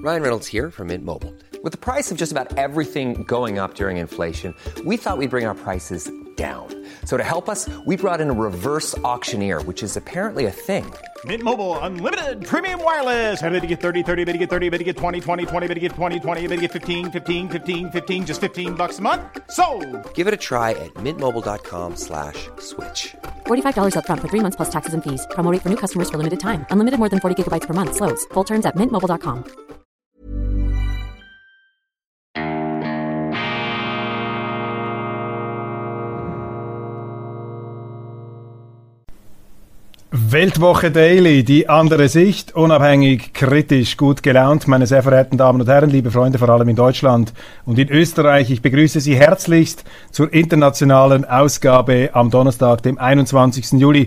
Ryan Reynolds here from Mint Mobile. With the price of just about everything going up during inflation, we thought we'd bring our prices down. So to help us, we brought in a reverse auctioneer, which is apparently a thing. Mint Mobile Unlimited Premium Wireless. How to get 30, 30, bit to get 30, bit to get 20, 20, 20, bit to get 20, 20, bit to get 15, 15, 15, 15, just $15 a month? Sold! Give it a try at mintmobile.com/switch. $45 up front for 3 months plus taxes and fees. Promo rate for new customers for limited time. Unlimited more than 40 gigabytes per month. Slows full terms at mintmobile.com. Weltwoche Daily, die andere Sicht, unabhängig, kritisch, gut gelaunt, meine sehr verehrten Damen und Herren, liebe Freunde, vor allem in Deutschland und in Österreich. Ich begrüße Sie herzlichst zur internationalen Ausgabe am Donnerstag, dem 21. Juli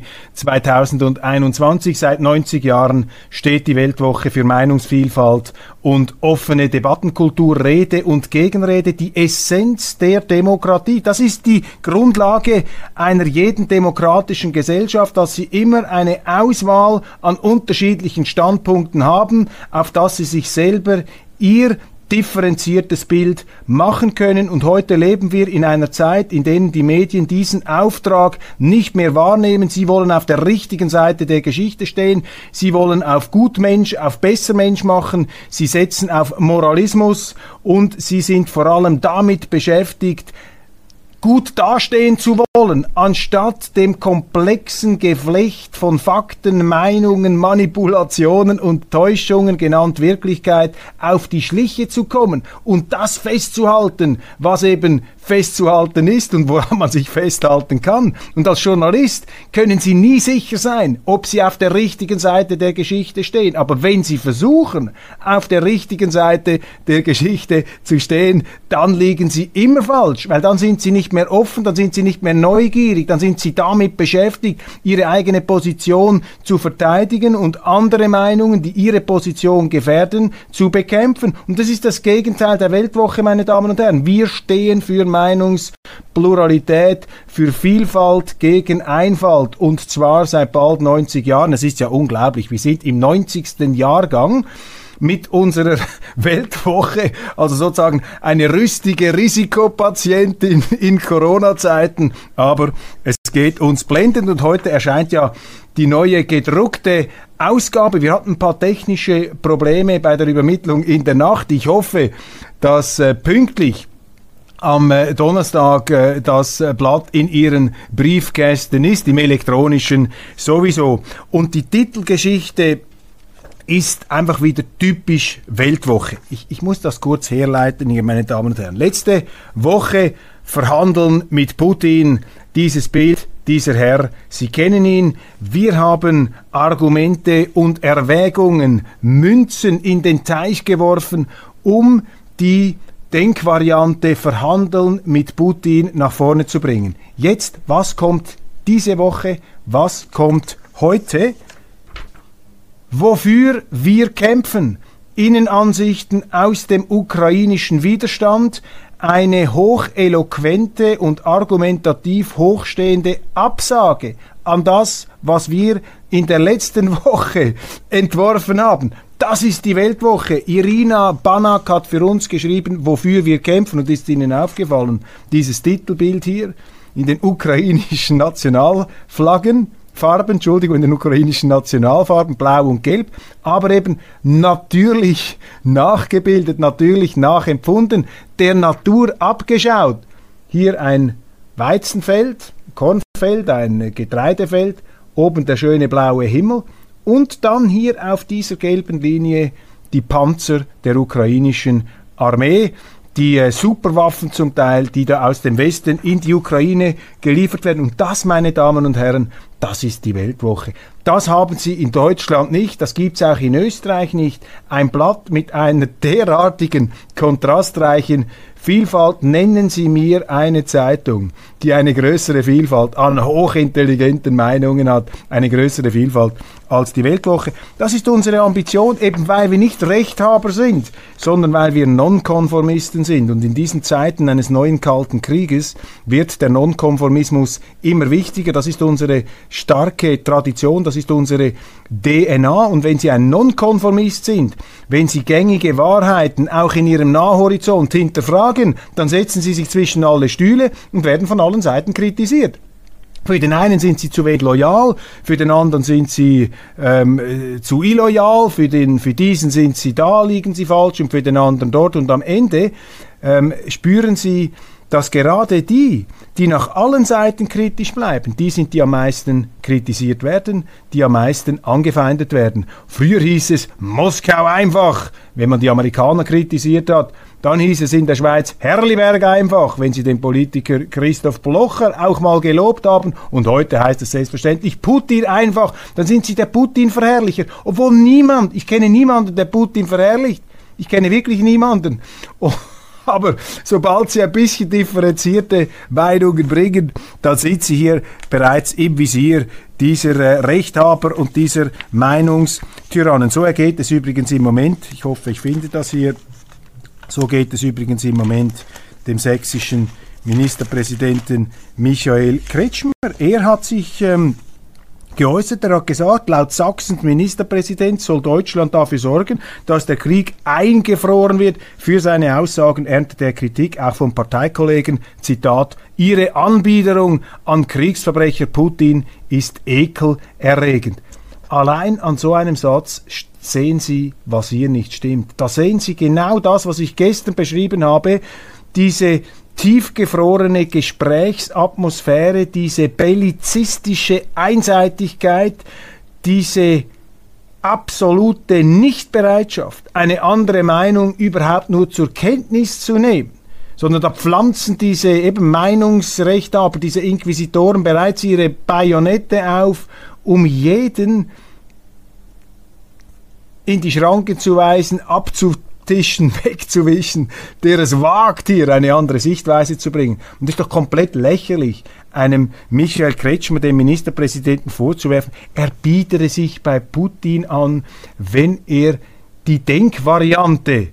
2021. Seit 90 Jahren steht die Weltwoche für Meinungsvielfalt und offene Debattenkultur, Rede und Gegenrede, die Essenz der Demokratie. Das ist die Grundlage einer jeden demokratischen Gesellschaft, dass sie immer eine Auswahl an unterschiedlichen Standpunkten haben, auf das sie sich selber ihr differenziertes Bild machen können. Und heute leben wir in einer Zeit, in der die Medien diesen Auftrag nicht mehr wahrnehmen. Sie wollen auf der richtigen Seite der Geschichte stehen. Sie wollen auf Gutmensch, auf Bessermensch machen. Sie setzen auf Moralismus und sie sind vor allem damit beschäftigt, gut dastehen zu wollen, anstatt dem komplexen Geflecht von Fakten, Meinungen, Manipulationen und Täuschungen, genannt Wirklichkeit, auf die Schliche zu kommen und das festzuhalten, was eben festzuhalten ist und woran man sich festhalten kann. Und als Journalist können Sie nie sicher sein, ob Sie auf der richtigen Seite der Geschichte stehen. Aber wenn Sie versuchen, auf der richtigen Seite der Geschichte zu stehen, dann liegen Sie immer falsch, weil dann sind Sie nicht mehr offen, dann sind Sie nicht mehr neugierig, dann sind Sie damit beschäftigt, Ihre eigene Position zu verteidigen und andere Meinungen, die Ihre Position gefährden, zu bekämpfen. Und das ist das Gegenteil der Weltwoche, meine Damen und Herren. Wir stehen für Meinungspluralität, für Vielfalt gegen Einfalt und zwar seit bald 90 Jahren. Es ist ja unglaublich, wir sind im 90. Jahrgang mit unserer Weltwoche, also sozusagen eine rüstige Risikopatientin in Corona-Zeiten, aber es geht uns blendend und heute erscheint ja die neue gedruckte Ausgabe. Wir hatten ein paar technische Probleme bei der Übermittlung in der Nacht. Ich hoffe, dass pünktlich am Donnerstag das Blatt in Ihren Briefkästen ist, im elektronischen sowieso. Und die Titelgeschichte ist einfach wieder typisch Weltwoche. Ich muss das kurz herleiten hier, meine Damen und Herren. Letzte Woche verhandeln mit Putin, dieses Bild, dieser Herr, Sie kennen ihn. Wir haben Argumente und Erwägungen, Münzen in den Teich geworfen, um die Denkvariante verhandeln mit Putin nach vorne zu bringen. Jetzt, was kommt diese Woche? Was kommt heute? Wofür wir kämpfen? Innenansichten aus dem ukrainischen Widerstand, eine hocheloquente und argumentativ hochstehende Absage an das, was wir in der letzten Woche entworfen haben. Das ist die Weltwoche. Irina Banak hat für uns geschrieben, wofür wir kämpfen, und ist Ihnen aufgefallen, dieses Titelbild hier in den ukrainischen Nationalfarben, in den ukrainischen Nationalfarben, blau und gelb, aber eben natürlich nachgebildet, natürlich nachempfunden, der Natur abgeschaut. Hier ein Weizenfeld, Kornfeld, ein Getreidefeld, oben der schöne blaue Himmel und dann hier auf dieser gelben Linie die Panzer der ukrainischen Armee, die Superwaffen zum Teil, die da aus dem Westen in die Ukraine geliefert werden. Und das, meine Damen und Herren, das ist die Weltwoche. Das haben Sie in Deutschland nicht, das gibt's auch in Österreich nicht. Ein Blatt mit einer derartigen, kontrastreichen Vielfalt. Nennen Sie mir eine Zeitung, die eine größere Vielfalt an hochintelligenten Meinungen hat, eine größere Vielfalt als die Weltwoche. Das ist unsere Ambition, eben weil wir nicht Rechthaber sind, sondern weil wir Nonkonformisten sind. Und in diesen Zeiten eines neuen Kalten Krieges wird der Nonkonformismus immer wichtiger. Das ist unsere starke Tradition, das ist unsere DNA. Und wenn Sie ein Nonkonformist sind, wenn Sie gängige Wahrheiten auch in Ihrem Nahhorizont hinterfragen, dann setzen Sie sich zwischen alle Stühle und werden von allen Seiten kritisiert. Für den einen sind sie zu wenig loyal, für den anderen sind sie zu illoyal, für diesen sind sie da, liegen sie falsch und für den anderen dort. Und am Ende spüren sie, dass gerade die nach allen Seiten kritisch bleiben, die sind, die am meisten kritisiert werden, die am meisten angefeindet werden. Früher hieß es Moskau einfach, wenn man die Amerikaner kritisiert hat. Dann hieß es in der Schweiz Herliberg einfach, wenn sie den Politiker Christoph Blocher auch mal gelobt haben. Und heute heißt es selbstverständlich Putin einfach. Dann sind sie der Putin-Verherrlicher. Obwohl ich kenne niemanden, der Putin verherrlicht. Ich kenne wirklich niemanden. Aber sobald sie ein bisschen differenzierte Meinungen bringen, dann sind sie hier bereits im Visier dieser Rechthaber und dieser Meinungstyrannen. So geht es übrigens im Moment, ich hoffe, ich finde das hier, so geht es übrigens im Moment dem sächsischen Ministerpräsidenten Michael Kretschmer. Er hat sich geäußert, er hat gesagt, laut Sachsens Ministerpräsident soll Deutschland dafür sorgen, dass der Krieg eingefroren wird. Für seine Aussagen erntet er Kritik, auch von Parteikollegen. Zitat, Ihre Anbiederung an Kriegsverbrecher Putin ist ekelerregend. Allein an so einem Satz sehen Sie, was hier nicht stimmt. Da sehen Sie genau das, was ich gestern beschrieben habe, diese tiefgefrorene Gesprächsatmosphäre, diese bellizistische Einseitigkeit, diese absolute Nichtbereitschaft, eine andere Meinung überhaupt nur zur Kenntnis zu nehmen, sondern da pflanzen diese eben Meinungsrechte, aber diese Inquisitoren bereits ihre Bajonette auf, um jeden in die Schranke zu weisen, abzutischen, wegzuwischen, der es wagt, hier eine andere Sichtweise zu bringen. Und es ist doch komplett lächerlich, einem Michael Kretschmer, dem Ministerpräsidenten, vorzuwerfen, er bietere sich bei Putin an, wenn er die Denkvariante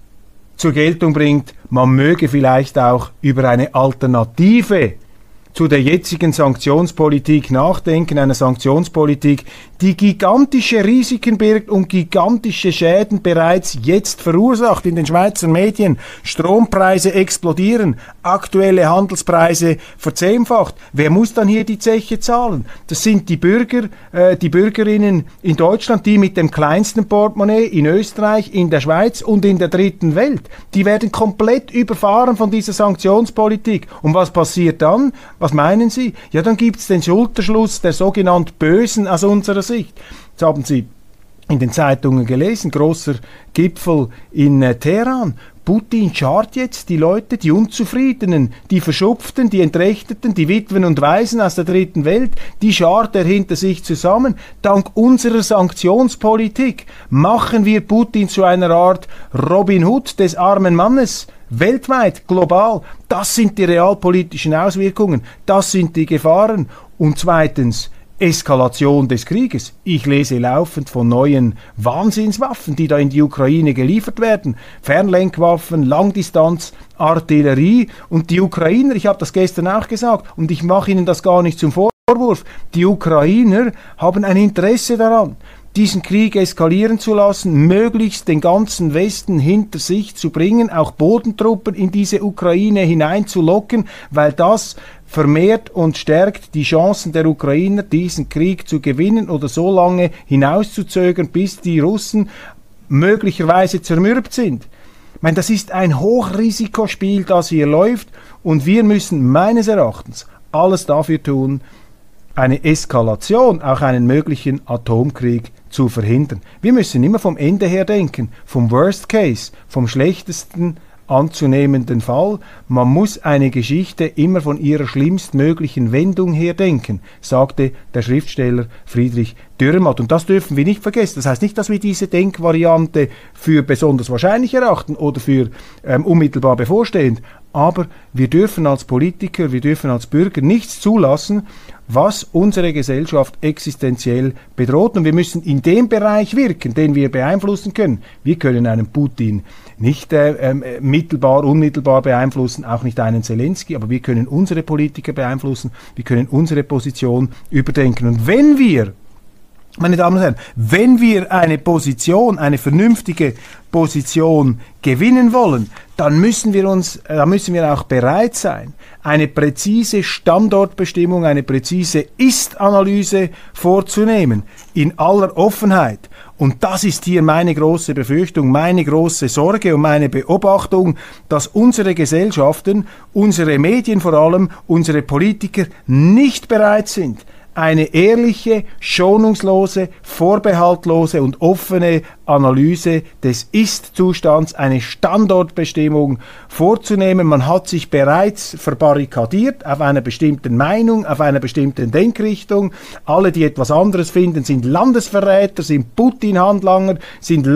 zur Geltung bringt, man möge vielleicht auch über eine Alternative zu der jetzigen Sanktionspolitik nachdenken, einer Sanktionspolitik, die gigantische Risiken birgt und gigantische Schäden bereits jetzt verursacht in den Schweizer Medien. Strompreise explodieren, aktuelle Handelspreise verzehnfacht. Wer muss dann hier die Zeche zahlen? Das sind die Bürger, die Bürgerinnen in Deutschland, die mit dem kleinsten Portemonnaie in Österreich, in der Schweiz und in der dritten Welt. Die werden komplett überfahren von dieser Sanktionspolitik. Und was passiert dann? Was meinen Sie? Ja, dann gibt es den Schulterschluss der sogenannten Bösen aus unserer Sicht. Jetzt haben Sie in den Zeitungen gelesen, großer Gipfel in Teheran. Putin schart jetzt die Leute, die Unzufriedenen, die Verschupften, die Entrechteten, die Witwen und Waisen aus der dritten Welt, die schart er hinter sich zusammen. Dank unserer Sanktionspolitik machen wir Putin zu einer Art Robin Hood des armen Mannes. Weltweit, global, das sind die realpolitischen Auswirkungen, das sind die Gefahren. Und zweitens, Eskalation des Krieges. Ich lese laufend von neuen Wahnsinnswaffen, die da in die Ukraine geliefert werden. Fernlenkwaffen, Langdistanz, Artillerie. Und die Ukrainer, ich habe das gestern auch gesagt, und ich mache Ihnen das gar nicht zum Vorwurf, die Ukrainer haben ein Interesse daran, diesen Krieg eskalieren zu lassen, möglichst den ganzen Westen hinter sich zu bringen, auch Bodentruppen in diese Ukraine hineinzulocken, weil das vermehrt und stärkt die Chancen der Ukrainer, diesen Krieg zu gewinnen oder so lange hinauszuzögern, bis die Russen möglicherweise zermürbt sind. Ich meine, das ist ein Hochrisikospiel, das hier läuft, und wir müssen meines Erachtens alles dafür tun, eine Eskalation, auch einen möglichen Atomkrieg zu verhindern. Wir müssen immer vom Ende her denken, vom Worst Case, vom schlechtesten anzunehmenden Fall. Man muss eine Geschichte immer von ihrer schlimmstmöglichen Wendung her denken, sagte der Schriftsteller Friedrich Dürrenmatt. Und das dürfen wir nicht vergessen. Das heißt nicht, dass wir diese Denkvariante für besonders wahrscheinlich erachten oder für unmittelbar bevorstehend. Aber wir dürfen als Politiker, wir dürfen als Bürger nichts zulassen, was unsere Gesellschaft existenziell bedroht. Und wir müssen in dem Bereich wirken, den wir beeinflussen können. Wir können einen Putin nicht unmittelbar beeinflussen, auch nicht einen Zelensky, aber wir können unsere Politiker beeinflussen, wir können unsere Position überdenken. Und wenn wir Meine Damen und Herren, wenn wir eine vernünftige Position gewinnen wollen, dann müssen wir auch bereit sein, eine präzise Standortbestimmung, eine präzise Ist-Analyse vorzunehmen, in aller Offenheit. Und das ist hier meine große Befürchtung, meine große Sorge und meine Beobachtung, dass unsere Gesellschaften, unsere Medien vor allem, unsere Politiker nicht bereit sind, eine ehrliche, schonungslose, vorbehaltlose und offene Analyse des Ist-Zustands, eine Standortbestimmung vorzunehmen. Man hat sich bereits verbarrikadiert auf einer bestimmten Meinung, auf einer bestimmten Denkrichtung. Alle, die etwas anderes finden, sind Landesverräter, sind Putin-Handlanger, sind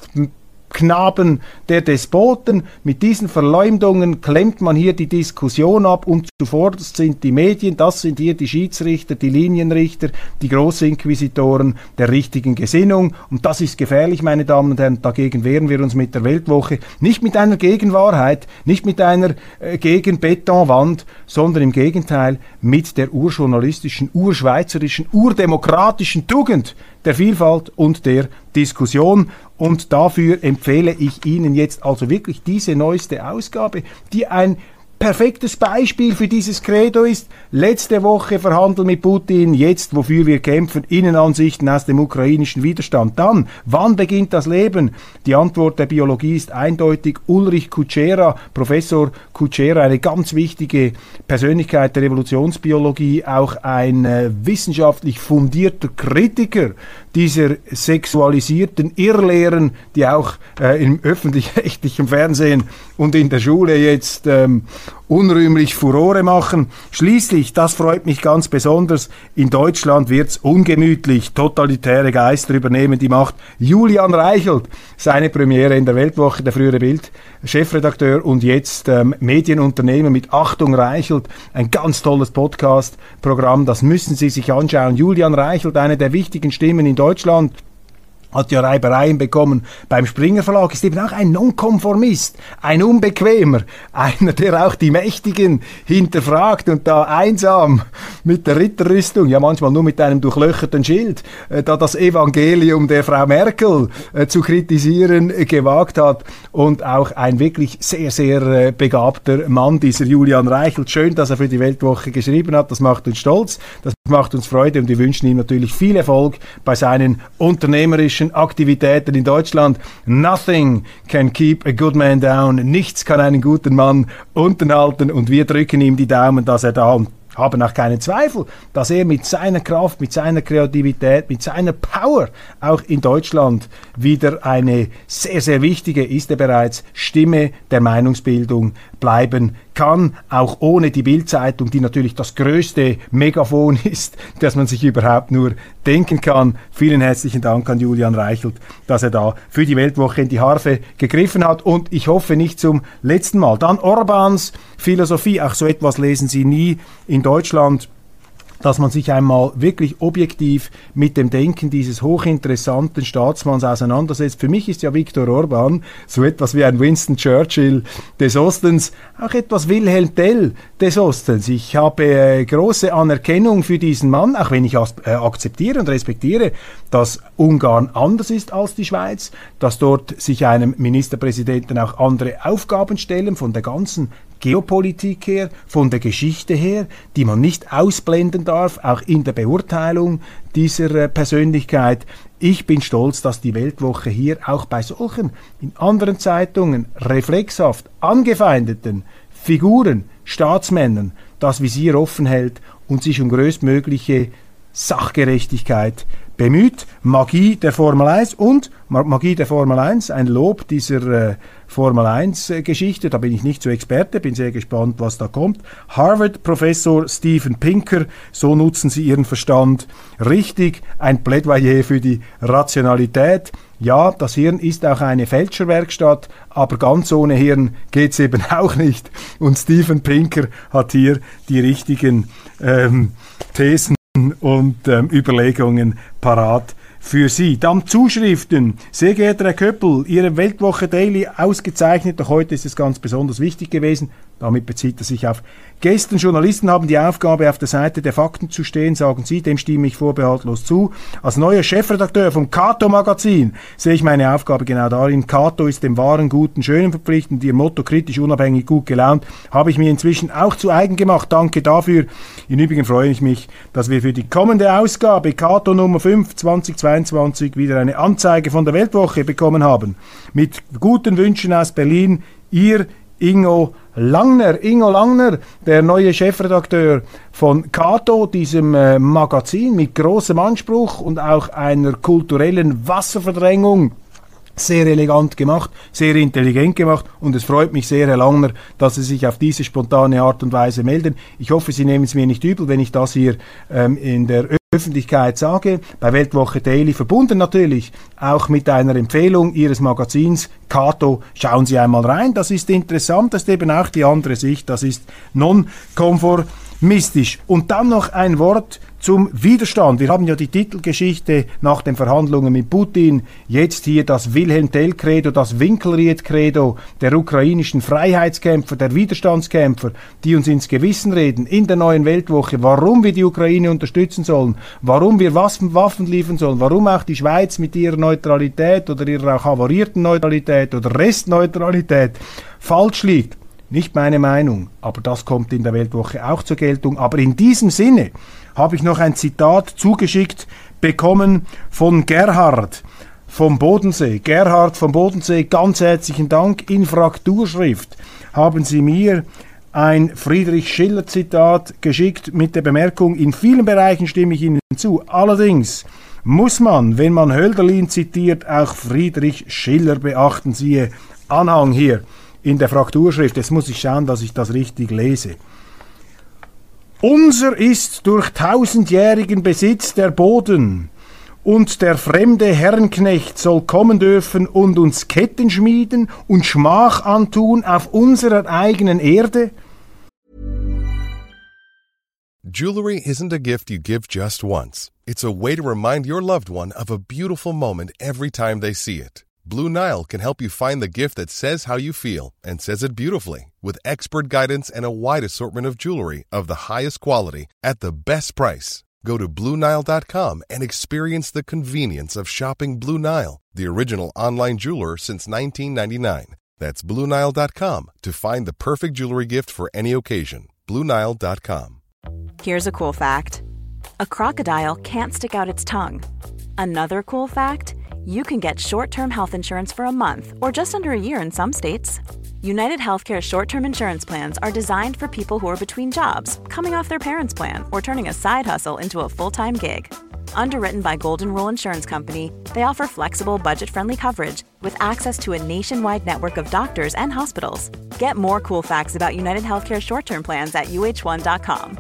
Lustknaben der Despoten. Mit diesen Verleumdungen klemmt man hier die Diskussion ab und zuvorderst sind die Medien, das sind hier die Schiedsrichter, die Linienrichter, die Großinquisitoren der richtigen Gesinnung und das ist gefährlich, meine Damen und Herren. Dagegen wehren wir uns mit der Weltwoche, nicht mit einer Gegenwahrheit, nicht mit einer Gegenbetonwand, sondern im Gegenteil mit der urjournalistischen, urschweizerischen, urdemokratischen Tugend der Vielfalt und der Diskussion. Und dafür empfehle ich Ihnen jetzt also wirklich diese neueste Ausgabe, die ein perfektes Beispiel für dieses Credo ist. Letzte Woche verhandeln mit Putin, jetzt wofür wir kämpfen, Innenansichten aus dem ukrainischen Widerstand. Dann, wann beginnt das Leben? Die Antwort der Biologie ist eindeutig. Ulrich Kutschera, Professor Kutschera, eine ganz wichtige Persönlichkeit der Evolutionsbiologie, auch ein wissenschaftlich fundierter Kritiker dieser sexualisierten Irrlehren, die auch im öffentlich-rechtlichen Fernsehen und in der Schule jetzt unrühmlich Furore machen. Schließlich, das freut mich ganz besonders, in Deutschland wird's ungemütlich, totalitäre Geister übernehmen die Macht. Julian Reichelt, seine Premiere in der Weltwoche, der frühere Bild-Chefredakteur und jetzt Medienunternehmer mit Achtung Reichelt, ein ganz tolles Podcast-Programm, das müssen Sie sich anschauen. Julian Reichelt, eine der wichtigen Stimmen in Deutschland, hat ja Reibereien bekommen beim Springer Verlag, ist eben auch ein Nonkonformist, ein Unbequemer, einer, der auch die Mächtigen hinterfragt und da einsam mit der Ritterrüstung, ja manchmal nur mit einem durchlöcherten Schild, da das Evangelium der Frau Merkel zu kritisieren gewagt hat und auch ein wirklich sehr, sehr begabter Mann, dieser Julian Reichelt. Schön, dass er für die Weltwoche geschrieben hat, das macht uns stolz, das macht uns Freude und wir wünschen ihm natürlich viel Erfolg bei seinen unternehmerischen Aktivitäten in Deutschland. Nothing can keep a good man down. Nichts kann einen guten Mann unten halten und wir drücken ihm die Daumen, dass er da haben auch keinen Zweifel, dass er mit seiner Kraft, mit seiner Kreativität, mit seiner Power auch in Deutschland wieder eine sehr, sehr wichtige, ist er bereits, Stimme der Meinungsbildung bleiben kann, auch ohne die Bild-Zeitung, die natürlich das größte Megafon ist, das man sich überhaupt nur denken kann. Vielen herzlichen Dank an Julian Reichelt, dass er da für die Weltwoche in die Harfe gegriffen hat und ich hoffe nicht zum letzten Mal. Dann Orbáns Philosophie, auch so etwas lesen Sie nie in Deutschland, dass man sich einmal wirklich objektiv mit dem Denken dieses hochinteressanten Staatsmanns auseinandersetzt. Für mich ist ja Viktor Orbán so etwas wie ein Winston Churchill des Ostens, auch etwas Wilhelm Tell des Ostens. Ich habe große Anerkennung für diesen Mann, auch wenn ich akzeptiere und respektiere, dass Ungarn anders ist als die Schweiz, dass dort sich einem Ministerpräsidenten auch andere Aufgaben stellen von der ganzen Geopolitik her, von der Geschichte her, die man nicht ausblenden darf, auch in der Beurteilung dieser Persönlichkeit. Ich bin stolz, dass die Weltwoche hier auch bei solchen, in anderen Zeitungen, reflexhaft angefeindeten Figuren, Staatsmännern, das Visier offen hält und sich um größtmögliche Sachgerechtigkeit bemüht. Magie der Formel 1 und Magie der Formel 1, ein Lob dieser Formel 1 Geschichte, da bin ich nicht so Experte, bin sehr gespannt, was da kommt. Harvard-Professor Steven Pinker, so nutzen Sie Ihren Verstand richtig, ein Plädoyer für die Rationalität. Ja, das Hirn ist auch eine Fälscherwerkstatt, aber ganz ohne Hirn geht's eben auch nicht. Und Steven Pinker hat hier die richtigen Thesen und Überlegungen parat für Sie. Dann Zuschriften. Sehr geehrter Herr Köppel, Ihre Weltwoche Daily ausgezeichnet, doch heute ist es ganz besonders wichtig gewesen. Damit bezieht er sich auf Gäste. Journalisten haben die Aufgabe, auf der Seite der Fakten zu stehen, sagen Sie, dem stimme ich vorbehaltlos zu. Als neuer Chefredakteur vom Cato-Magazin sehe ich meine Aufgabe genau darin. Cato ist dem wahren, guten, schönen verpflichtend. Ihr Motto kritisch, unabhängig, gut gelaunt, habe ich mir inzwischen auch zu eigen gemacht. Danke dafür. Im Übrigen freue ich mich, dass wir für die kommende Ausgabe Cato Nummer 5 2022 wieder eine Anzeige von der Weltwoche bekommen haben. Mit guten Wünschen aus Berlin, Ihr Ingo Langner. Ingo Langner, der neue Chefredakteur von Cato, diesem Magazin mit großem Anspruch und auch einer kulturellen Wasserverdrängung. Sehr elegant gemacht, sehr intelligent gemacht und es freut mich sehr, Herr Langner, dass Sie sich auf diese spontane Art und Weise melden. Ich hoffe, Sie nehmen es mir nicht übel, wenn ich das hier in der Öffentlichkeit sage. Bei Weltwoche Daily verbunden natürlich auch mit einer Empfehlung Ihres Magazins Cato. Schauen Sie einmal rein, das ist interessant, das ist eben auch die andere Sicht, das ist nonkonformistisch. Und dann noch ein Wort zum Widerstand. Wir haben ja die Titelgeschichte nach den Verhandlungen mit Putin, jetzt hier das Wilhelm Tell-Credo, das Winkelried-Credo der ukrainischen Freiheitskämpfer, der Widerstandskämpfer, die uns ins Gewissen reden in der neuen Weltwoche, warum wir die Ukraine unterstützen sollen, warum wir Waffen liefern sollen, warum auch die Schweiz mit ihrer Neutralität oder ihrer auch havarierten Neutralität oder Restneutralität falsch liegt. Nicht meine Meinung, aber das kommt in der Weltwoche auch zur Geltung. Aber in diesem Sinne habe ich noch ein Zitat zugeschickt bekommen von Gerhard vom Bodensee. Gerhard vom Bodensee, ganz herzlichen Dank. In Frakturschrift haben Sie mir ein Friedrich-Schiller-Zitat geschickt mit der Bemerkung, in vielen Bereichen stimme ich Ihnen zu. Allerdings muss man, wenn man Hölderlin zitiert, auch Friedrich Schiller beachten. Siehe Anhang hier in der Frakturschrift. Jetzt muss ich schauen, dass ich das richtig lese. Unser ist durch 1000-jährigen Besitz der Boden, und der fremde Herrenknecht soll kommen dürfen und uns Ketten schmieden und Schmach antun auf unserer eigenen Erde? Jewelry isn't a gift you give just once. It's a way to remind your loved one of a beautiful moment every time they see it. Blue Nile can help you find the gift that says how you feel and says it beautifully, with expert guidance and a wide assortment of jewelry of the highest quality at the best price. Go to BlueNile.com and experience the convenience of shopping Blue Nile, the original online jeweler since 1999. That's BlueNile.com to find the perfect jewelry gift for any occasion. BlueNile.com. Here's a cool fact. A crocodile can't stick out its tongue. Another cool fact, you can get short-term health insurance for a month or just under a year in some states. United Healthcare short-term insurance plans are designed for people who are between jobs, coming off their parents' plan, or turning a side hustle into a full-time gig. Underwritten by Golden Rule Insurance Company, they offer flexible, budget-friendly coverage with access to a nationwide network of doctors and hospitals. Get more cool facts about United Healthcare short-term plans at uh1.com.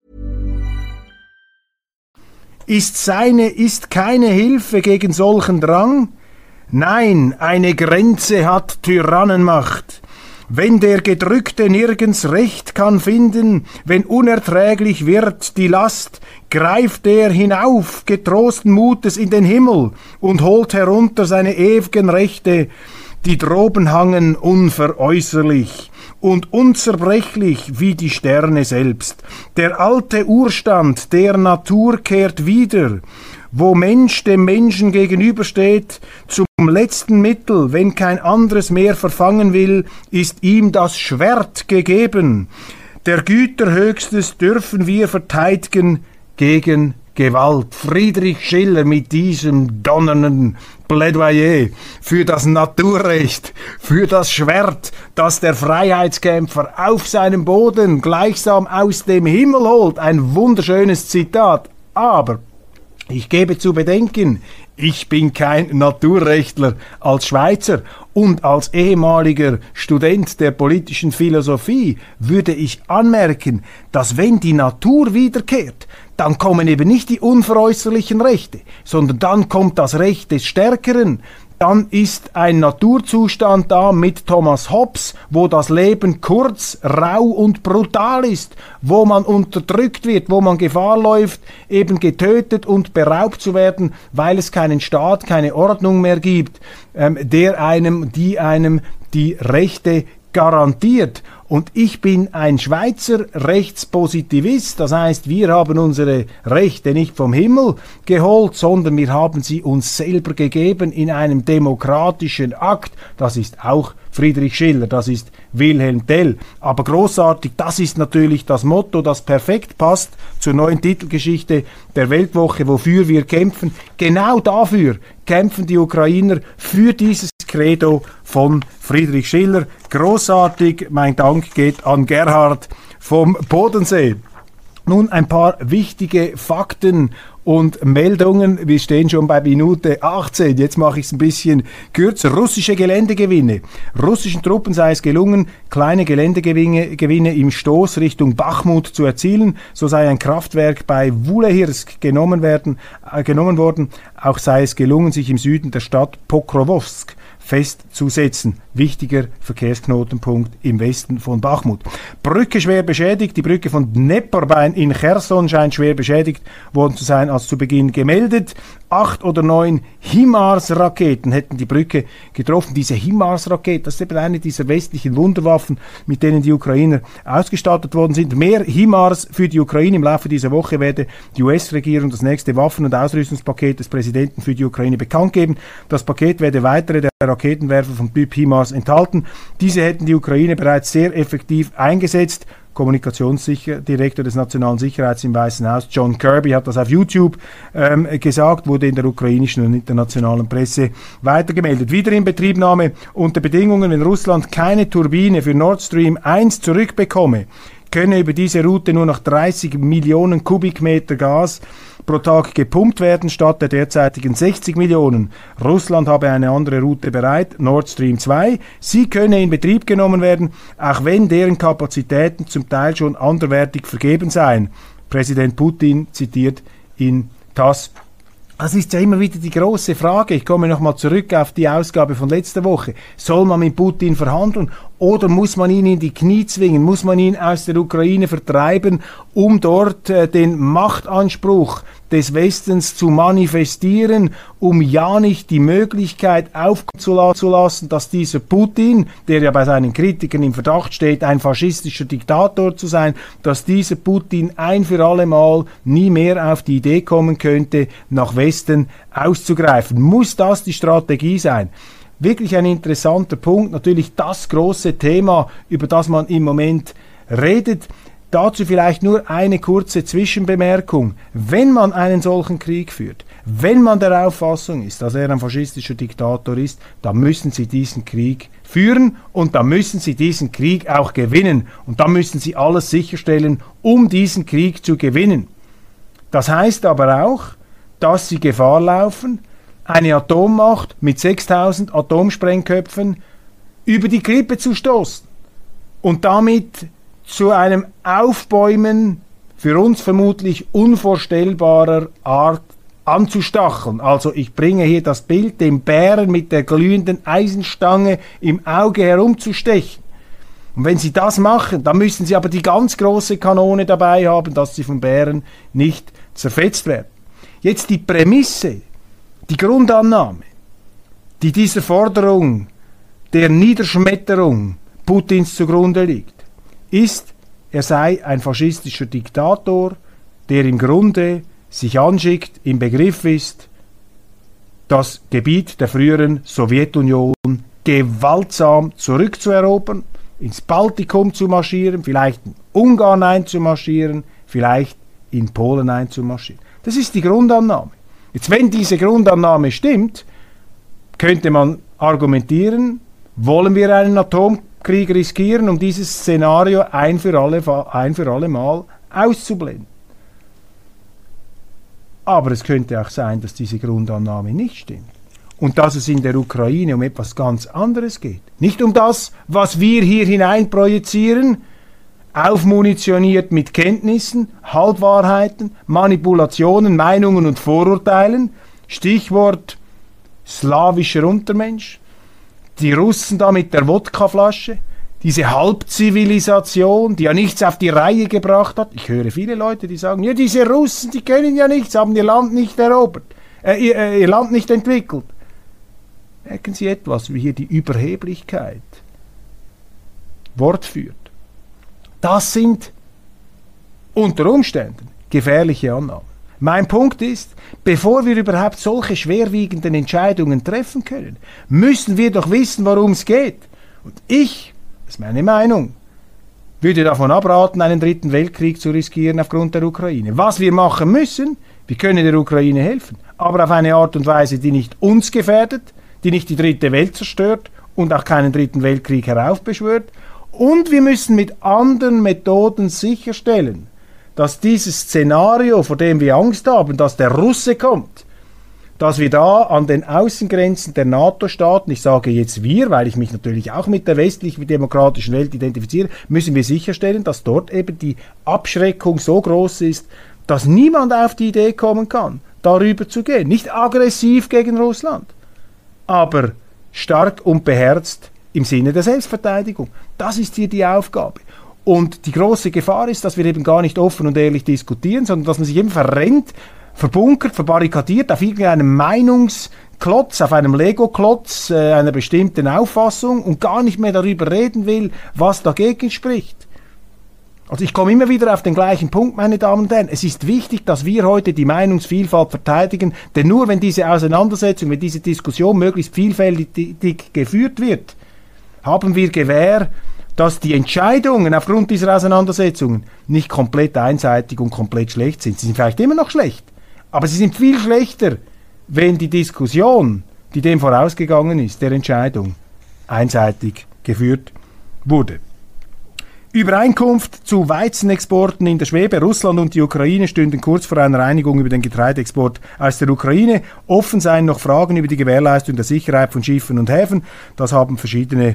Ist keine Hilfe gegen solchen Drang? Nein, eine Grenze hat Tyrannenmacht. Wenn der Gedrückte nirgends Recht kann finden, wenn unerträglich wird die Last, greift er hinauf, getrosten Mutes in den Himmel und holt herunter seine ewigen Rechte, die droben hangen unveräußerlich und unzerbrechlich wie die Sterne selbst. Der alte Urstand der Natur kehrt wieder, wo Mensch dem Menschen gegenübersteht, zum letzten Mittel, wenn kein anderes mehr verfangen will, ist ihm das Schwert gegeben. Der Güter Höchstes dürfen wir verteidigen gegen Gewalt. Friedrich Schiller mit diesem donnernden Plädoyer für das Naturrecht, für das Schwert, das der Freiheitskämpfer auf seinem Boden gleichsam aus dem Himmel holt. Ein wunderschönes Zitat. Aber ich gebe zu bedenken, ich bin kein Naturrechtler. Als Schweizer und als ehemaliger Student der politischen Philosophie würde ich anmerken, dass wenn die Natur wiederkehrt, dann kommen eben nicht die unveräußerlichen Rechte, sondern dann kommt das Recht des Stärkeren. Dann ist ein Naturzustand da mit Thomas Hobbes, wo das Leben kurz, rau und brutal ist, wo man unterdrückt wird, wo man Gefahr läuft, eben getötet und beraubt zu werden, weil es keinen Staat, keine Ordnung mehr gibt, die einem die Rechte garantiert. Und ich bin ein Schweizer Rechtspositivist, das heißt, wir haben unsere Rechte nicht vom Himmel geholt, sondern wir haben sie uns selber gegeben in einem demokratischen Akt. Das ist auch Friedrich Schiller, das ist Wilhelm Tell. Aber großartig, das ist natürlich das Motto, das perfekt passt zur neuen Titelgeschichte der Weltwoche, wofür wir kämpfen. Genau dafür kämpfen die Ukrainer, für dieses Credo von Friedrich Schiller. Großartig, mein Dank geht an Gerhard vom Bodensee. Nun ein paar wichtige Fakten und Meldungen. Wir stehen schon bei Minute 18. Jetzt mache ich es ein bisschen kürzer. Russische Geländegewinne. Russischen Truppen sei es gelungen, kleine Geländegewinne im Stoß Richtung Bachmut zu erzielen. So sei ein Kraftwerk bei Wulehirsk genommen worden. Auch sei es gelungen, sich im Süden der Stadt Pokrovsk festzusetzen. Wichtiger Verkehrsknotenpunkt im Westen von Bachmut. Brücke schwer beschädigt. Die Brücke von Dneperbein in Cherson scheint schwer beschädigt worden zu sein als zu Beginn gemeldet. 8 oder 9 HIMARS-Raketen hätten die Brücke getroffen. Diese HIMARS-Rakete, das ist eben eine dieser westlichen Wunderwaffen, mit denen die Ukrainer ausgestattet worden sind. Mehr HIMARS für die Ukraine. Im Laufe dieser Woche werde die US-Regierung das nächste Waffen- und Ausrüstungspaket des Präsidenten für die Ukraine bekannt geben. Das Paket werde weitere der Raketenwerfer vom Typ HIMARS enthalten. Diese hätten die Ukraine bereits sehr effektiv eingesetzt. Kommunikationsdirektor des Nationalen Sicherheits im Weißen Haus, John Kirby, hat das auf YouTube gesagt, wurde in der ukrainischen und internationalen Presse weitergemeldet. Wiederinbetriebnahme unter Bedingungen, wenn Russland keine Turbine für Nord Stream 1 zurückbekomme, könne über diese Route nur noch 30 Millionen Kubikmeter Gas pro Tag gepumpt werden, statt der derzeitigen 60 Millionen. Russland habe eine andere Route bereit, Nord Stream 2. Sie könne in Betrieb genommen werden, auch wenn deren Kapazitäten zum Teil schon anderweitig vergeben seien. Präsident Putin zitiert in TASS. Das ist ja immer wieder die große Frage. Ich komme nochmal zurück auf die Ausgabe von letzter Woche. Soll man mit Putin verhandeln oder muss man ihn in die Knie zwingen? Muss man ihn aus der Ukraine vertreiben, um dort den Machtanspruch des Westens zu manifestieren, um ja nicht die Möglichkeit aufkommen zu lassen, dass dieser Putin, der ja bei seinen Kritikern im Verdacht steht, ein faschistischer Diktator zu sein, dass dieser Putin ein für alle Mal nie mehr auf die Idee kommen könnte, nach Westen auszugreifen. Muss das die Strategie sein? Wirklich ein interessanter Punkt, natürlich das große Thema, über das man im Moment redet. Dazu vielleicht nur eine kurze Zwischenbemerkung. Wenn man einen solchen Krieg führt, wenn man der Auffassung ist, dass er ein faschistischer Diktator ist, dann müssen Sie diesen Krieg führen und dann müssen Sie diesen Krieg auch gewinnen. Und dann müssen Sie alles sicherstellen, um diesen Krieg zu gewinnen. Das heißt aber auch, dass Sie Gefahr laufen, eine Atommacht mit 6000 Atomsprengköpfen über die Klippe zu stoßen und damit zu einem Aufbäumen für uns vermutlich unvorstellbarer Art anzustacheln. Also ich bringe hier das Bild, dem Bären mit der glühenden Eisenstange im Auge herumzustechen. Und wenn Sie das machen, dann müssen Sie aber die ganz große Kanone dabei haben, dass Sie vom Bären nicht zerfetzt werden. Jetzt die Prämisse, die Grundannahme, die dieser Forderung der Niederschmetterung Putins zugrunde liegt, ist, er sei ein faschistischer Diktator, der im Grunde sich anschickt, im Begriff ist, das Gebiet der früheren Sowjetunion gewaltsam zurückzuerobern, ins Baltikum zu marschieren, vielleicht in Ungarn einzumarschieren, vielleicht in Polen einzumarschieren. Das ist die Grundannahme. Jetzt, wenn diese Grundannahme stimmt, könnte man argumentieren, wollen wir einen Atomkrieg riskieren, um dieses Szenario ein für alle Mal auszublenden. Aber es könnte auch sein, dass diese Grundannahme nicht stimmt. Und dass es in der Ukraine um etwas ganz anderes geht. Nicht um das, was wir hier hineinprojizieren, aufmunitioniert mit Kenntnissen, Halbwahrheiten, Manipulationen, Meinungen und Vorurteilen. Stichwort slawischer Untermensch. Die Russen da mit der Wodkaflasche. Diese Halbzivilisation, die ja nichts auf die Reihe gebracht hat. Ich höre viele Leute, die sagen, ja, diese Russen, die können ja nichts, haben ihr Land nicht erobert, ihr Land nicht entwickelt. Merken Sie etwas, wie hier die Überheblichkeit Wort führt. Das sind unter Umständen gefährliche Annahmen. Mein Punkt ist, bevor wir überhaupt solche schwerwiegenden Entscheidungen treffen können, müssen wir doch wissen, worum es geht. Und ich, das ist meine Meinung, würde davon abraten, einen dritten Weltkrieg zu riskieren aufgrund der Ukraine. Was wir machen müssen, wir können der Ukraine helfen, aber auf eine Art und Weise, die nicht uns gefährdet, die nicht die dritte Welt zerstört und auch keinen dritten Weltkrieg heraufbeschwört. Und wir müssen mit anderen Methoden sicherstellen, dass dieses Szenario, vor dem wir Angst haben, dass der Russe kommt, dass wir da an den Außengrenzen der NATO-Staaten, ich sage jetzt wir, weil ich mich natürlich auch mit der westlichen demokratischen Welt identifiziere, müssen wir sicherstellen, dass dort eben die Abschreckung so groß ist, dass niemand auf die Idee kommen kann, darüber zu gehen. Nicht aggressiv gegen Russland, aber stark und beherzt im Sinne der Selbstverteidigung. Das ist hier die Aufgabe. Und die große Gefahr ist, dass wir eben gar nicht offen und ehrlich diskutieren, sondern dass man sich eben verrennt, verbunkert, verbarrikadiert auf irgendeinem Meinungsklotz, auf einem Lego-Klotz einer bestimmten Auffassung und gar nicht mehr darüber reden will, was dagegen spricht. Also ich komme immer wieder auf den gleichen Punkt, meine Damen und Herren. Es ist wichtig, dass wir heute die Meinungsvielfalt verteidigen, denn nur wenn diese Auseinandersetzung, wenn diese Diskussion möglichst vielfältig geführt wird, haben wir Gewähr, dass die Entscheidungen aufgrund dieser Auseinandersetzungen nicht komplett einseitig und komplett schlecht sind. Sie sind vielleicht immer noch schlecht, aber sie sind viel schlechter, wenn die Diskussion, die dem vorausgegangen ist, der Entscheidung, einseitig geführt wurde. Übereinkunft zu Weizenexporten in der Schwebe. Russland und die Ukraine stünden kurz vor einer Einigung über den Getreideexport aus der Ukraine. Offen seien noch Fragen über die Gewährleistung der Sicherheit von Schiffen und Häfen. Das haben verschiedene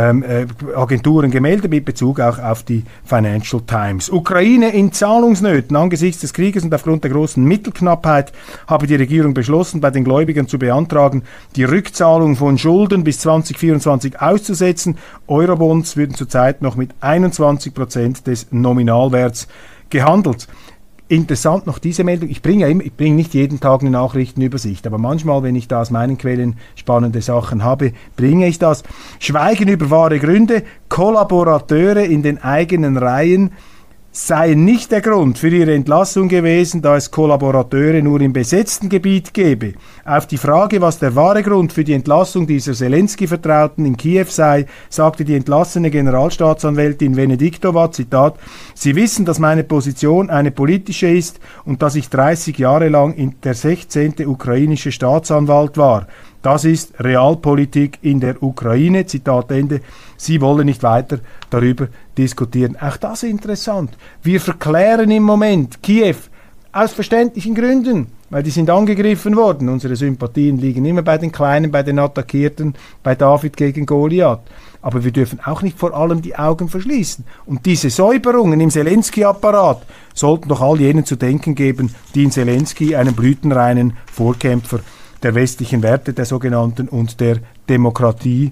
Agenturen gemeldet, mit Bezug auch auf die Financial Times. Ukraine in Zahlungsnöten. Angesichts des Krieges und aufgrund der großen Mittelknappheit habe die Regierung beschlossen, bei den Gläubigern zu beantragen, die Rückzahlung von Schulden bis 2024 auszusetzen. Eurobonds würden zurzeit noch mit 21% des Nominalwerts gehandelt. Interessant noch diese Meldung. Ich bringe nicht jeden Tag eine Nachrichtenübersicht, aber manchmal, wenn ich da aus meinen Quellen spannende Sachen habe, bringe ich das. Schweigen über wahre Gründe. Kollaborateure in den eigenen Reihen seien nicht der Grund für ihre Entlassung gewesen, da es Kollaborateure nur im besetzten Gebiet gebe. Auf die Frage, was der wahre Grund für die Entlassung dieser Zelensky-Vertrauten in Kiew sei, sagte die entlassene Generalstaatsanwältin Venediktova, Zitat, Sie wissen, dass meine Position eine politische ist und dass ich 30 Jahre lang der 16. ukrainische Staatsanwalt war. Das ist Realpolitik in der Ukraine, Zitat Ende. Sie wollen nicht weiter darüber diskutieren. Auch das ist interessant. Wir verklären im Moment Kiew aus verständlichen Gründen, weil die sind angegriffen worden. Unsere Sympathien liegen immer bei den Kleinen, bei den Attackierten, bei David gegen Goliath. Aber wir dürfen auch nicht vor allem die Augen verschließen. Und diese Säuberungen im Zelensky-Apparat sollten doch all jenen zu denken geben, die in Zelensky einen blütenreinen Vorkämpfer der westlichen Werte, der sogenannten, und der Demokratie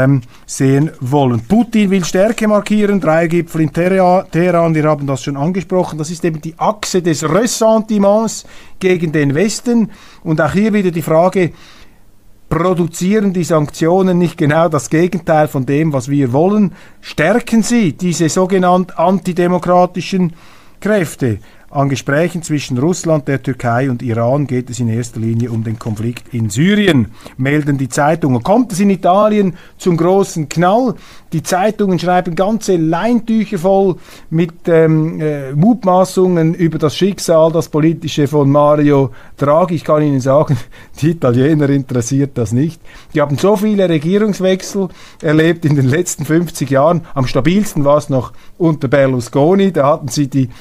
sehen wollen. Putin will Stärke markieren, Dreiergipfel in Teheran, wir haben das schon angesprochen, das ist eben die Achse des Ressentiments gegen den Westen. Und auch hier wieder die Frage, produzieren die Sanktionen nicht genau das Gegenteil von dem, was wir wollen? Stärken sie diese sogenannten antidemokratischen Kräfte? An Gesprächen zwischen Russland, der Türkei und Iran geht es in erster Linie um den Konflikt in Syrien, melden die Zeitungen. Kommt es in Italien zum großen Knall? Die Zeitungen schreiben ganze Leintücher voll mit Mutmaßungen über das Schicksal, das politische von Mario Draghi. Ich kann Ihnen sagen, die Italiener interessiert das nicht. Die haben so viele Regierungswechsel erlebt in den letzten 50 Jahren. Am stabilsten war es noch unter Berlusconi. Da hatten sie die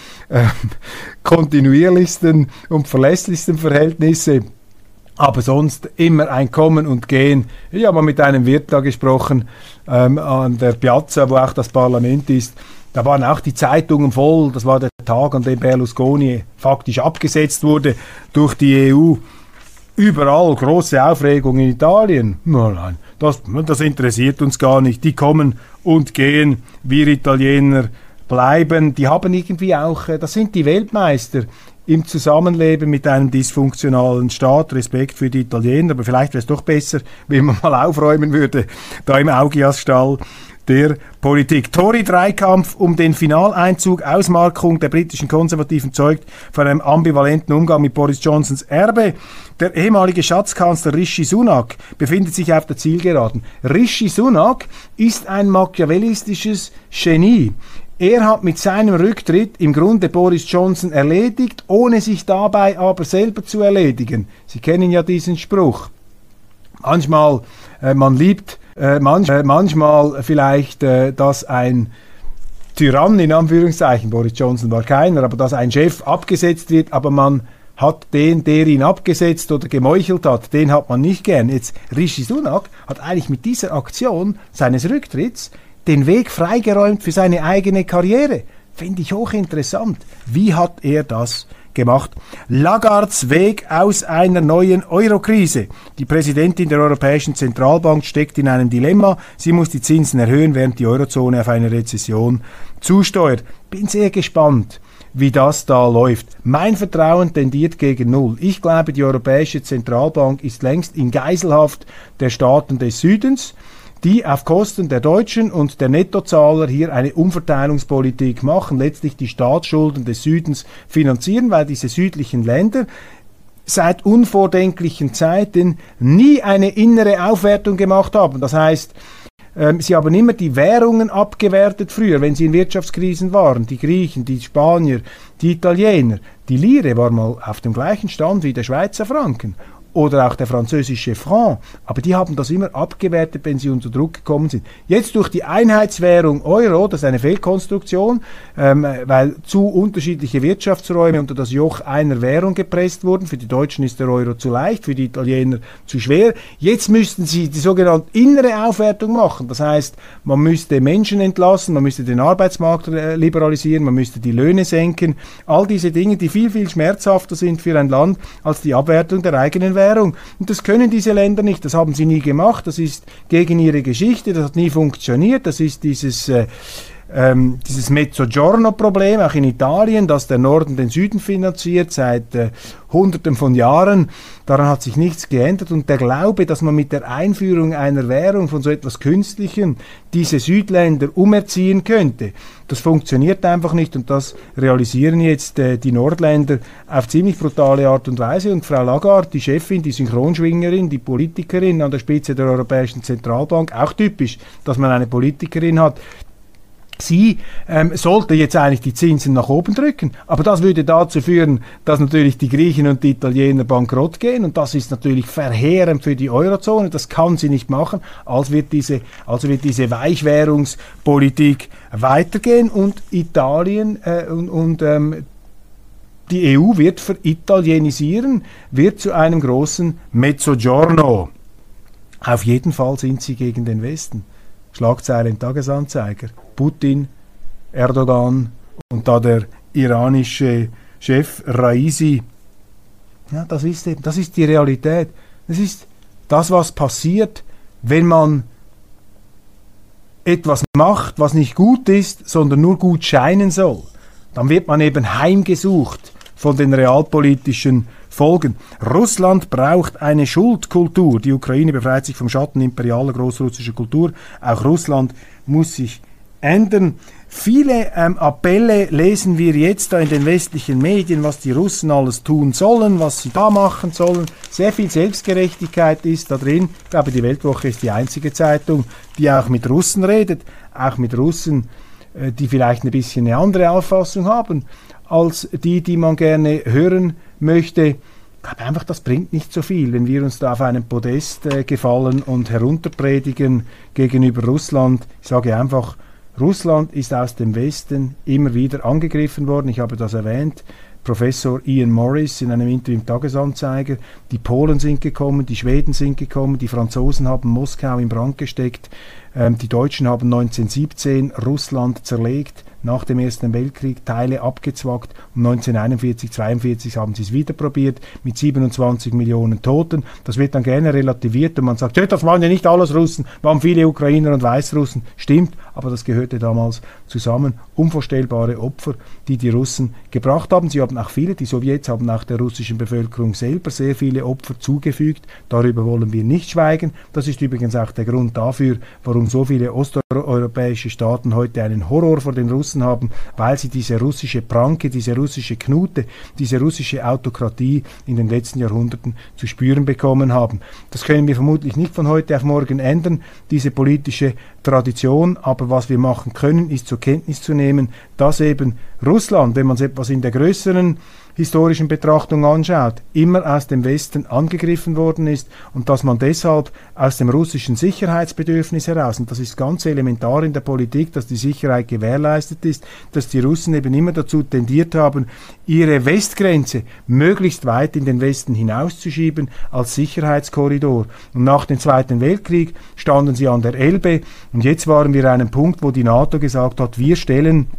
kontinuierlichsten und verlässlichsten Verhältnisse, aber sonst immer ein Kommen und Gehen. Ich habe mal mit einem Wirt da gesprochen, an der Piazza, wo auch das Parlament ist. Da waren auch die Zeitungen voll. Das war der Tag, an dem Berlusconi faktisch abgesetzt wurde durch die EU. Überall große Aufregung in Italien. Nein, das interessiert uns gar nicht. Die kommen und gehen. Wir Italiener bleiben. Die haben irgendwie auch, das sind die Weltmeister im Zusammenleben mit einem dysfunktionalen Staat. Respekt für die Italiener, aber vielleicht wäre es doch besser, wenn man mal aufräumen würde, da im Augiasstall der Politik. Tory-Dreikampf um den Finaleinzug, Ausmarkung der britischen Konservativen zeugt von einem ambivalenten Umgang mit Boris Johnsons Erbe. Der ehemalige Schatzkanzler Rishi Sunak befindet sich auf der Zielgeraden. Rishi Sunak ist ein machiavellistisches Genie. Er hat mit seinem Rücktritt im Grunde Boris Johnson erledigt, ohne sich dabei aber selber zu erledigen. Sie kennen ja diesen Spruch. Manchmal, man liebt, manchmal vielleicht, dass ein Tyrann, in Anführungszeichen, Boris Johnson war keiner, aber dass ein Chef abgesetzt wird, aber man hat den, der ihn abgesetzt oder gemeuchelt hat, den hat man nicht gern. Jetzt, Rishi Sunak hat eigentlich mit dieser Aktion seines Rücktritts den Weg freigeräumt für seine eigene Karriere. Finde ich hochinteressant. Wie hat er das gemacht? Lagardes Weg aus einer neuen Eurokrise. Die Präsidentin der Europäischen Zentralbank steckt in einem Dilemma. Sie muss die Zinsen erhöhen, während die Eurozone auf eine Rezession zusteuert. Bin sehr gespannt, wie das da läuft. Mein Vertrauen tendiert gegen null. Ich glaube, die Europäische Zentralbank ist längst in Geiselhaft der Staaten des Südens, die auf Kosten der Deutschen und der Nettozahler hier eine Umverteilungspolitik machen, letztlich die Staatsschulden des Südens finanzieren, weil diese südlichen Länder seit unvordenklichen Zeiten nie eine innere Aufwertung gemacht haben. Das heißt, sie haben immer die Währungen abgewertet früher, wenn sie in Wirtschaftskrisen waren. Die Griechen, die Spanier, die Italiener. Die Lire war mal auf dem gleichen Stand wie der Schweizer Franken oder auch der französische Franc, aber die haben das immer abgewertet, wenn sie unter Druck gekommen sind. Jetzt durch die Einheitswährung Euro, das ist eine Fehlkonstruktion, weil zu unterschiedliche Wirtschaftsräume unter das Joch einer Währung gepresst wurden. Für die Deutschen ist der Euro zu leicht, für die Italiener zu schwer. Jetzt müssten sie die sogenannte innere Aufwertung machen. Das heißt, man müsste Menschen entlassen, man müsste den Arbeitsmarkt liberalisieren, man müsste die Löhne senken. All diese Dinge, die viel, viel schmerzhafter sind für ein Land als die Abwertung der eigenen Währung. Und das können diese Länder nicht, das haben sie nie gemacht, das ist gegen ihre Geschichte, das hat nie funktioniert, das ist dieses Mezzogiorno-Problem, auch in Italien, dass der Norden den Süden finanziert, seit Hunderten von Jahren. Daran hat sich nichts geändert. Und der Glaube, dass man mit der Einführung einer Währung von so etwas Künstlichem diese Südländer umerziehen könnte, das funktioniert einfach nicht. Und das realisieren jetzt die Nordländer auf ziemlich brutale Art und Weise. Und Frau Lagarde, die Chefin, die Synchronschwingerin, die Politikerin an der Spitze der Europäischen Zentralbank, auch typisch, dass man eine Politikerin hat, sie sollte jetzt eigentlich die Zinsen nach oben drücken, aber das würde dazu führen, dass natürlich die Griechen und die Italiener bankrott gehen und das ist natürlich verheerend für die Eurozone, das kann sie nicht machen, also wird diese Weichwährungspolitik weitergehen und Italien die EU wird veritalienisieren, wird zu einem großen Mezzogiorno. Auf jeden Fall sind sie gegen den Westen. Schlagzeile im Tagesanzeiger. Putin, Erdogan und da der iranische Chef Raisi. Ja, das ist die Realität. Das ist das, was passiert, wenn man etwas macht, was nicht gut ist, sondern nur gut scheinen soll. Dann wird man eben heimgesucht von den realpolitischen Folgen. Russland braucht eine Schuldkultur. Die Ukraine befreit sich vom Schatten imperialer großrussischer Kultur. Auch Russland muss sich ändern. Viele Appelle lesen wir jetzt da in den westlichen Medien, was die Russen alles tun sollen, was sie da machen sollen. Sehr viel Selbstgerechtigkeit ist da drin. Ich glaube, die Weltwoche ist die einzige Zeitung, die auch mit Russen redet. Auch mit Russen, die vielleicht ein bisschen eine andere Auffassung haben als die man gerne hören möchte. Ich glaube einfach, das bringt nicht so viel, wenn wir uns da auf einem Podest gefallen und herunterpredigen gegenüber Russland. Ich sage einfach, Russland ist aus dem Westen immer wieder angegriffen worden. Ich habe das erwähnt. Professor Ian Morris in einem Interview im Tagesanzeiger. Die Polen sind gekommen, die Schweden sind gekommen, die Franzosen haben Moskau in Brand gesteckt, die Deutschen haben 1917 Russland zerlegt, nach dem Ersten Weltkrieg Teile abgezwackt und 1941, 1942 haben sie es wieder probiert mit 27 Millionen Toten. Das wird dann gerne relativiert und man sagt, das waren ja nicht alles Russen, waren viele Ukrainer und Weißrussen. Stimmt, aber das gehörte damals zusammen. Unvorstellbare Opfer, die die Russen gebracht haben. Sie haben auch viele, die Sowjets haben auch der russischen Bevölkerung selber sehr viele Opfer zugefügt. Darüber wollen wir nicht schweigen. Das ist übrigens auch der Grund dafür, warum so viele osteuropäische Staaten heute einen Horror vor den Russen haben, weil sie diese russische Pranke, diese russische Knute, diese russische Autokratie in den letzten Jahrhunderten zu spüren bekommen haben. Das können wir vermutlich nicht von heute auf morgen ändern, diese politische Tradition, aber was wir machen können, ist zur Kenntnis zu nehmen, dass eben Russland, wenn man es etwas in der größeren historischen Betrachtung anschaut, immer aus dem Westen angegriffen worden ist und dass man deshalb aus dem russischen Sicherheitsbedürfnis heraus, und das ist ganz elementar in der Politik, dass die Sicherheit gewährleistet ist, dass die Russen eben immer dazu tendiert haben, ihre Westgrenze möglichst weit in den Westen hinauszuschieben als Sicherheitskorridor. Und nach dem Zweiten Weltkrieg standen sie an der Elbe und jetzt waren wir an einem Punkt, wo die NATO gesagt hat, wir stellen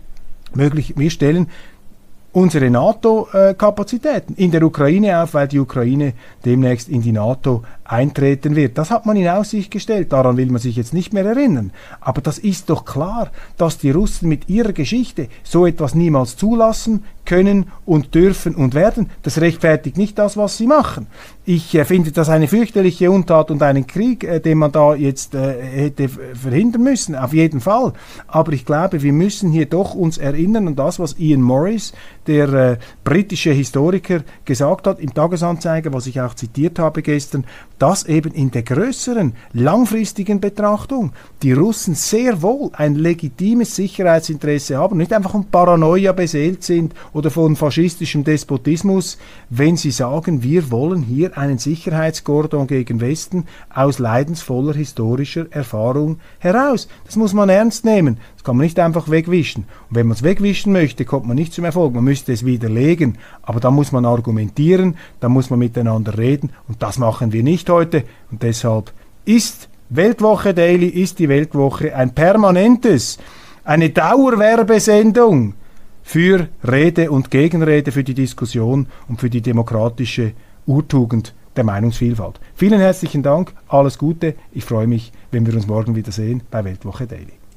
unsere NATO-Kapazitäten in der Ukraine auf, weil die Ukraine demnächst in die NATO eintreten wird. Das hat man in Aussicht gestellt, daran will man sich jetzt nicht mehr erinnern. Aber das ist doch klar, dass die Russen mit ihrer Geschichte so etwas niemals zulassen können und dürfen und werden. Das rechtfertigt nicht das, was sie machen. Ich finde das eine fürchterliche Untat und einen Krieg, den man da jetzt hätte verhindern müssen, auf jeden Fall. Aber ich glaube, wir müssen hier doch uns erinnern an das, was Ian Morris, der britische Historiker, gesagt hat im Tagesanzeiger, was ich auch zitiert habe gestern, dass eben in der größeren, langfristigen Betrachtung die Russen sehr wohl ein legitimes Sicherheitsinteresse haben, nicht einfach von Paranoia beseelt sind oder von faschistischem Despotismus, wenn sie sagen, wir wollen hier einen Sicherheitskordon gegen Westen aus leidensvoller historischer Erfahrung heraus. Das muss man ernst nehmen. Das kann man nicht einfach wegwischen. Und wenn man es wegwischen möchte, kommt man nicht zum Erfolg. Man müsste es widerlegen. Aber da muss man argumentieren, da muss man miteinander reden. Und das machen wir nicht heute. Und deshalb ist Weltwoche Daily, ist die Weltwoche ein permanentes, eine Dauerwerbesendung für Rede und Gegenrede, für die Diskussion und für die demokratische Urtugend der Meinungsvielfalt. Vielen herzlichen Dank, alles Gute. Ich freue mich, wenn wir uns morgen wiedersehen bei Weltwoche Daily.